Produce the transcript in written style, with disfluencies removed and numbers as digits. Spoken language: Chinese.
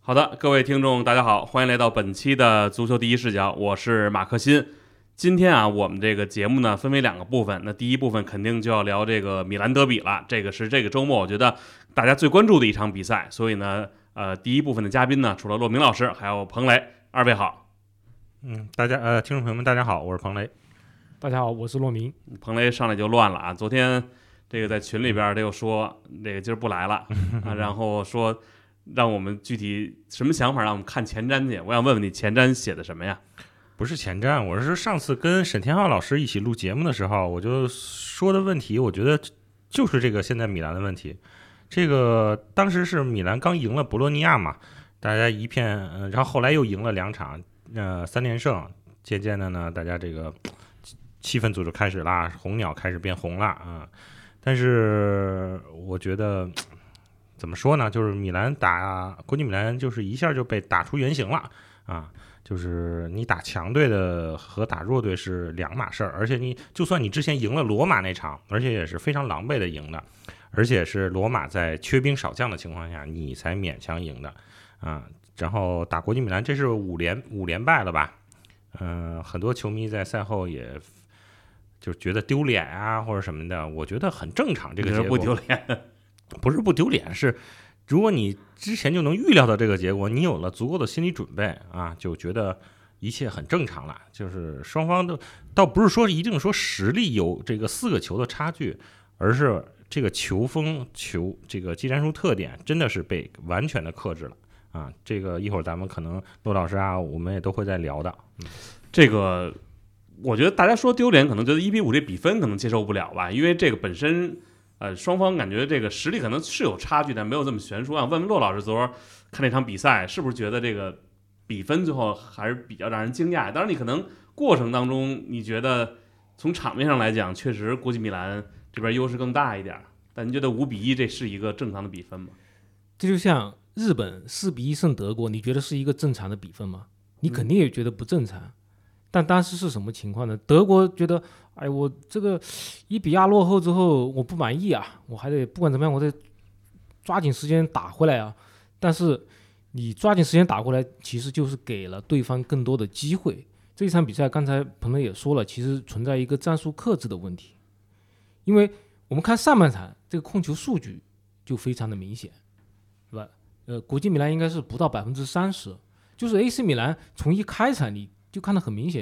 好的，各位听众，大家好，欢迎来到本期的足球第一视角，我是马克新。今天啊，我们这个节目呢分为两个部分，那第一部分肯定就要聊这个米兰德比了，这个是这个周末我觉得大家最关注的一场比赛，所以呢，第一部分的嘉宾呢，除了骆明老师，还有彭雷，二位好。 大家听众朋友们，大家好，我是彭雷。 大家好，我是骆明。 彭雷上来就乱了啊，昨天这个在群里边他又说这个今儿不来了啊，然后说让我们具体什么想法，让我们看前瞻去。我想问问你，前瞻写的什么呀？ 不是前瞻，我是上次跟沈天浩老师一起录节目的时候，我就说的问题，我觉得就是这个现在米兰的问题。这个当时是米兰刚赢了博洛尼亚嘛，大家一片，然后后来又赢了2场，3连胜，渐渐的呢，大家这个气氛组就开始啦，红鸟开始变红了啊。但是我觉得怎么说呢，就是米兰打国际米兰就是一下就被打出原形了啊。就是你打强队的和打弱队是两码事儿，而且就算你之前赢了罗马那场，而且也是非常狼狈的赢的，而且是罗马在缺兵少将的情况下你才勉强赢的啊。然后打国际米兰这是五连败了吧？很多球迷在赛后也就觉得丢脸啊或者什么的，我觉得很正常。这个结果不丢脸， 不是不丢脸，是如果你之前就能预料到这个结果，你有了足够的心理准备啊，就觉得一切很正常了。就是双方都倒不是说一定说实力有这个4个球的差距，而是这个球风这个技战术特点真的是被完全的克制了啊。这个一会儿咱们可能骆老师啊，我们也都会再聊的。 这个我觉得大家说丢脸，可能觉得1-5这比分可能接受不了吧，因为这个本身。双方感觉这个实力可能是有差距，但没有这么悬殊。问问骆老师，昨儿看这场比赛，是不是觉得这个比分最后还是比较让人惊讶？当然，你可能过程当中你觉得从场面上来讲，确实国际米兰这边优势更大一点，但你觉得5-1这是一个正常的比分吗？ 这就像日本4-1胜德国，你觉得是一个正常的比分吗？你肯定也觉得不正常。但当时是什么情况呢？德国觉得，哎，我这个1-2落后之后，我不满意啊，我还得不管怎么样，我得抓紧时间打回来啊。但是你抓紧时间打回来，其实就是给了对方更多的机会。这一场比赛，刚才彭雷也说了，其实存在一个战术克制的问题，因为我们看上半场这个控球数据就非常的明显，是吧？国际米兰应该是不到30%，就是 AC 米兰从一开场你就看得很明显。